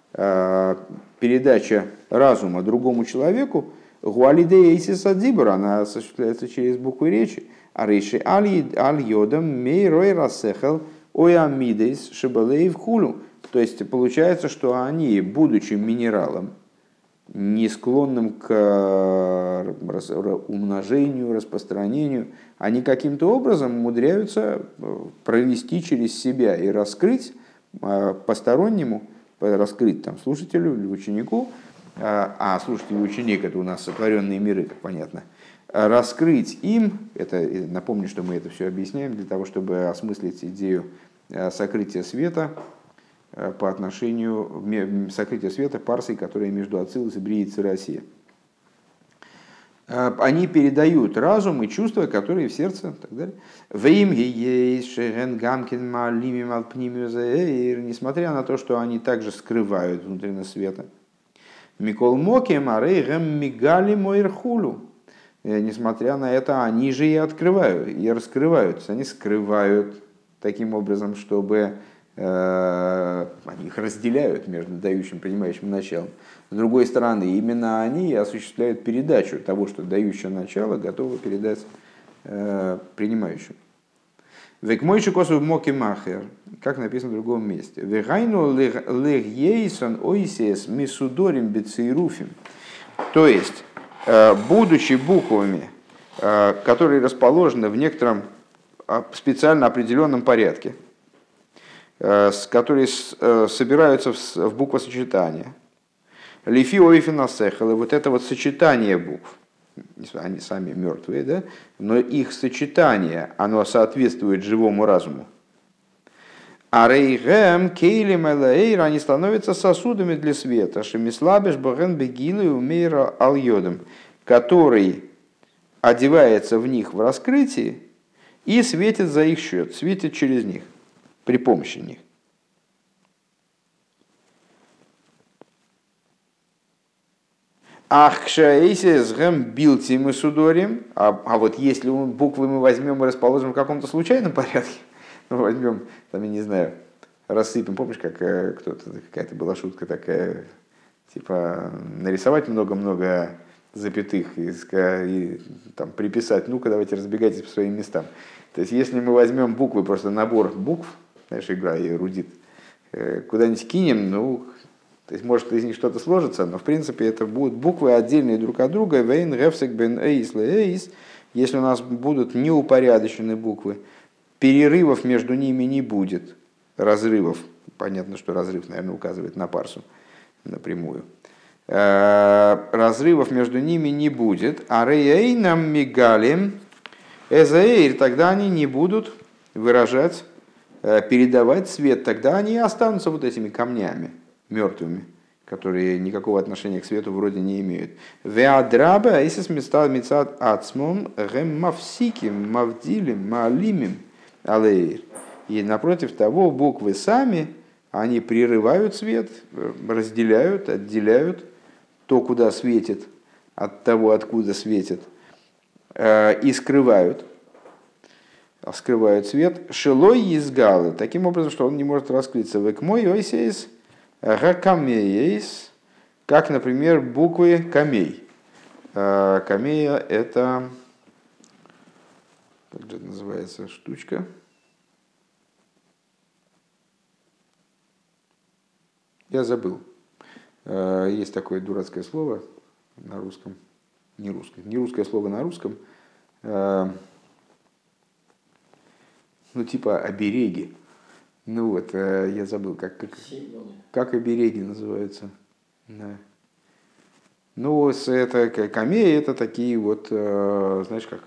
разума другому человеку, гуалидеисиса дибур, она осуществляется через буквы речи. А рейши аль-йодам мейрой рассехал оямидейс шибалеев хулу. То есть получается, что они, будучи минералом, не склонным к умножению, распространению, они каким-то образом умудряются провести через себя и раскрыть постороннему, раскрыть там, слушателю или ученику, а слушатель и ученик — это у нас сотворенные миры, как понятно, раскрыть им, это, напомню, что мы это все объясняем для того, чтобы осмыслить идею сокрытия света по отношению сокрытия света парсой, которая между Ацилус и Бриит Россия. Они передают разум и чувства, которые в сердце, и так далее. Несмотря на то, что они также скрывают внутренность света. Микол моки марейгем мигали мойрхулу. Несмотря на это, они же и открывают, и раскрываются. Они скрывают таким образом, чтобы они их разделяют между дающим и принимающим началом. С другой стороны, именно они осуществляют передачу того, что дающее начало готово передать принимающему. Векмойши косу моки махер, как написано в другом месте. Вегайну легейсон ойсес мисудорим бецейруфим. То есть, будучи буквами, которые расположены в некотором специально определенном порядке, которые собираются в буквосочетание. Лифи ойфина сехала, вот это вот сочетание букв, они сами мертвые, да? Но их сочетание, оно соответствует живому разуму. А рейгем, кейлем, элэйр, они становятся сосудами для света, шемислабеш, боген, бегилы, умейра, аль-йодом, который одевается в них в раскрытии и светит за их счет, светит через них, при помощи них. Ахшаэйсис гэм билти мы судорим. А вот если буквы мы возьмем и расположим в каком-то случайном порядке, ну, возьмем, там, я не знаю, рассыпем, помнишь, как какая-то была шутка такая, типа нарисовать много-много запятых и там, приписать, ну-ка давайте разбегайтесь по своим местам. То есть если мы возьмем буквы, просто набор букв, знаешь, игра и эрудит, куда-нибудь кинем, ну, то есть может из них что-то сложится, но в принципе это будут буквы отдельные друг от друга, вейн, рефсек, бен, эйс, лэйс. Если у нас будут неупорядоченные буквы, перерывов между ними не будет, разрывов. Понятно, что разрыв, наверное, указывает на парсу напрямую. Разрывов между ними не будет. А рейнам мигалим эзаэйр, тогда они не будут выражать, передавать свет, тогда они останутся вот этими камнями мертвыми, которые никакого отношения к свету вроде не имеют. Веадраба, если сместал мецад ацмом, гэм мавсиким, мавдилим, маалимим, алейр. И напротив того, буквы сами, они прерывают свет, разделяют, отделяют то, куда светит, от того, откуда светит, и скрывают свет. Шилой изгалы, таким образом, что он не может раскрыться. Векмой ойсейс ракамеейс, как, например, буквы камей. Камея — это, как же это называется, штучка? Я забыл. Есть такое дурацкое слово на русском. Не русское слово на русском. Ну, типа обереги. Ну вот, я забыл, как обереги называются. Да. Ну, это камеи, это такие вот, знаешь, как,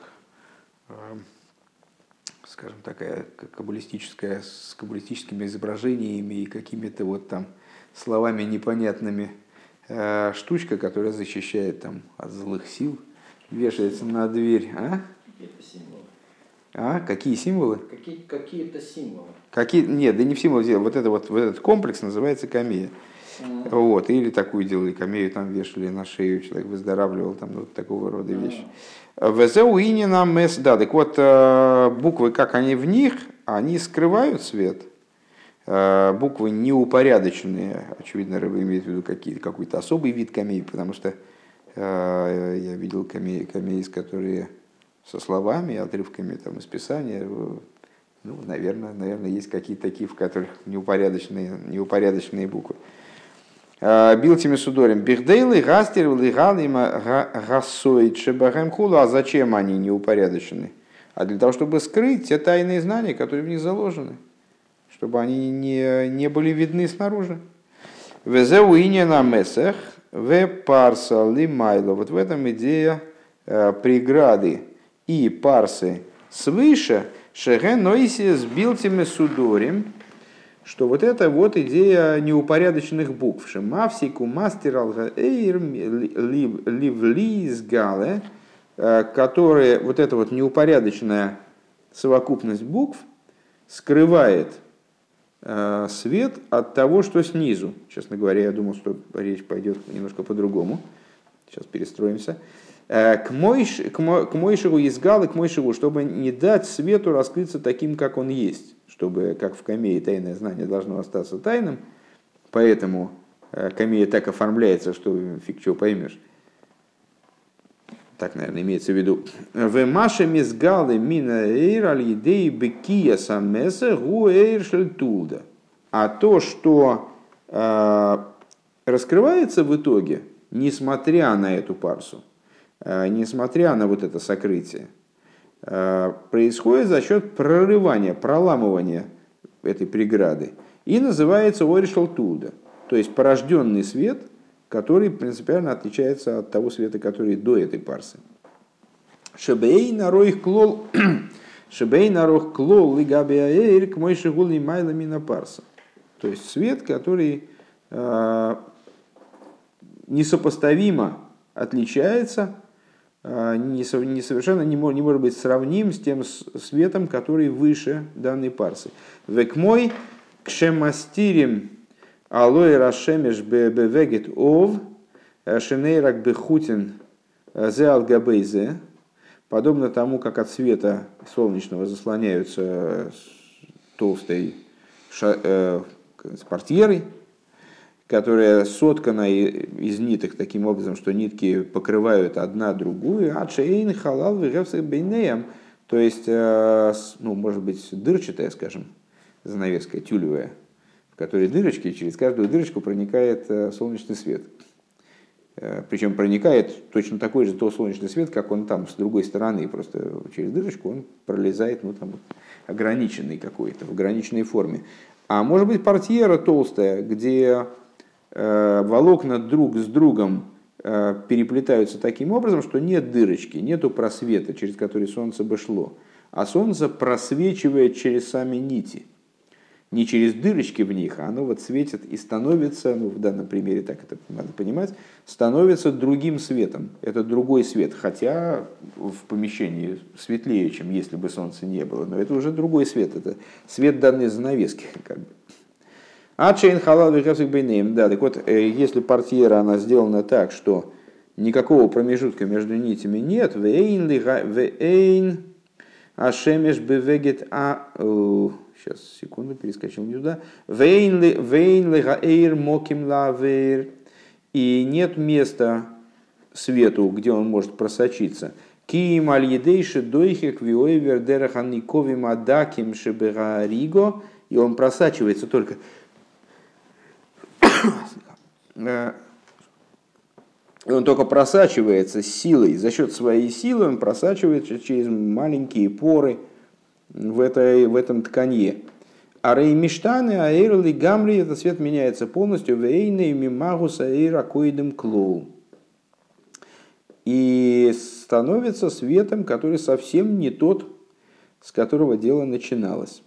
скажем, такая каббалистическая, с каббалистическими изображениями и какими-то вот там словами непонятными штучка, которая защищает там от злых сил, вешается на дверь. Какие-то символы. Какие символы? Какие-то символы. Нет, да не в символы. Вот этот комплекс называется камея. Вот, или такую делали камею, там вешали на шею, человек выздоравливал, там вот такого рода вещи. Везеуинина мес, да, так вот, буквы, как они в них, они скрывают свет. Буквы неупорядоченные, очевидно, Рыба имеет в виду какой-то особый вид камей, потому что я видел камеи, которые со словами, отрывками там, из Писания. Ну, наверное, есть какие-то такие, в которых неупорядоченные буквы. Билтими судорим бихдейлы, гастервы, галима, гасоид, шебахэм хулу. А зачем они неупорядочены? А для того, чтобы скрыть те тайные знания, которые в них заложены, чтобы они не были видны снаружи. Везеуине на месах, в парса лимайло. Вот в этом идея преграды и парсы свыше, шеге нойси с билтими судорим, что вот это вот идея неупорядоченных букв. Шемавсику мастер алгаэйр ливлиз гале, которые вот эта вот неупорядоченная совокупность букв скрывает свет от того, что снизу. Честно говоря, я думал, что речь пойдет немножко по-другому. Сейчас перестроимся. К Мойшеву изгал и к Мойшеву, чтобы не дать свету раскрыться таким, как он есть. Чтобы, как в камее, тайное знание должно остаться тайным. Поэтому камея так оформляется, что фиг чего поймешь. Так, наверное, имеется в виду. В Маше мизгалы мина эйр аль-идей бекия самеса гу эйр шельтулда. А то, что раскрывается в итоге, несмотря на эту парсу, несмотря на вот это сокрытие, происходит за счет прорывания, проламывания этой преграды. И называется ойр шельтулда. То есть порожденный свет, который принципиально отличается от того света, который до этой парсы. Шебей нарох клол лигабиаэйр к мой шигули майлами на парса. То есть свет, который несопоставимо отличается, совершенно не может быть сравним с тем светом, который выше данной парсы. Век мой кшемастирим алой рашемеш бевегет ов шенейрак бехутин зе алгабейзе, подобно тому, как от света солнечного заслоняются толстой портьерой, которая соткана из ниток таким образом, что нитки покрывают одна другую, ачейн халал вегевсах бейнеям, то есть, ну, может быть, дырчатая, скажем, занавеска тюлевая, в которой дырочки, через каждую дырочку проникает солнечный свет. Причем проникает точно такой же солнечный свет, как он там с другой стороны, просто через дырочку он пролезает, ну, там, ограниченный какой-то, в ограниченной форме. А может быть портьера толстая, где волокна друг с другом переплетаются таким образом, что нет дырочки, нету просвета, через который солнце бы шло, а солнце просвечивает через сами нити. не через дырочки в них, а оно вот светит и становится, ну, в данном примере так это надо понимать, становится другим светом. Это другой свет, хотя в помещении светлее, чем если бы солнца не было, но это уже другой свет, это свет данной занавески. Как бы. А чейн халал вихасик бейнеем. Да, так вот, если портьера она сделана так, что никакого промежутка между нитями нет, вейн ашемеш бевегет сейчас, секунду, перескочил не туда. Вейн легаэйр моким лавейр. И нет места свету, где он может просочиться. Киим аль-едейши дойхек виойвер дераханниковим адаким шебегариго. И он просачивается только... Он только просачивается силой, за счет своей силы он просачивается через маленькие поры в этом тканье. А реймиштаны, аэрли гамри, этот свет меняется полностью. Вейны мимагус аэра коидем клоу. И становится светом, который совсем не тот, с которого дело начиналось.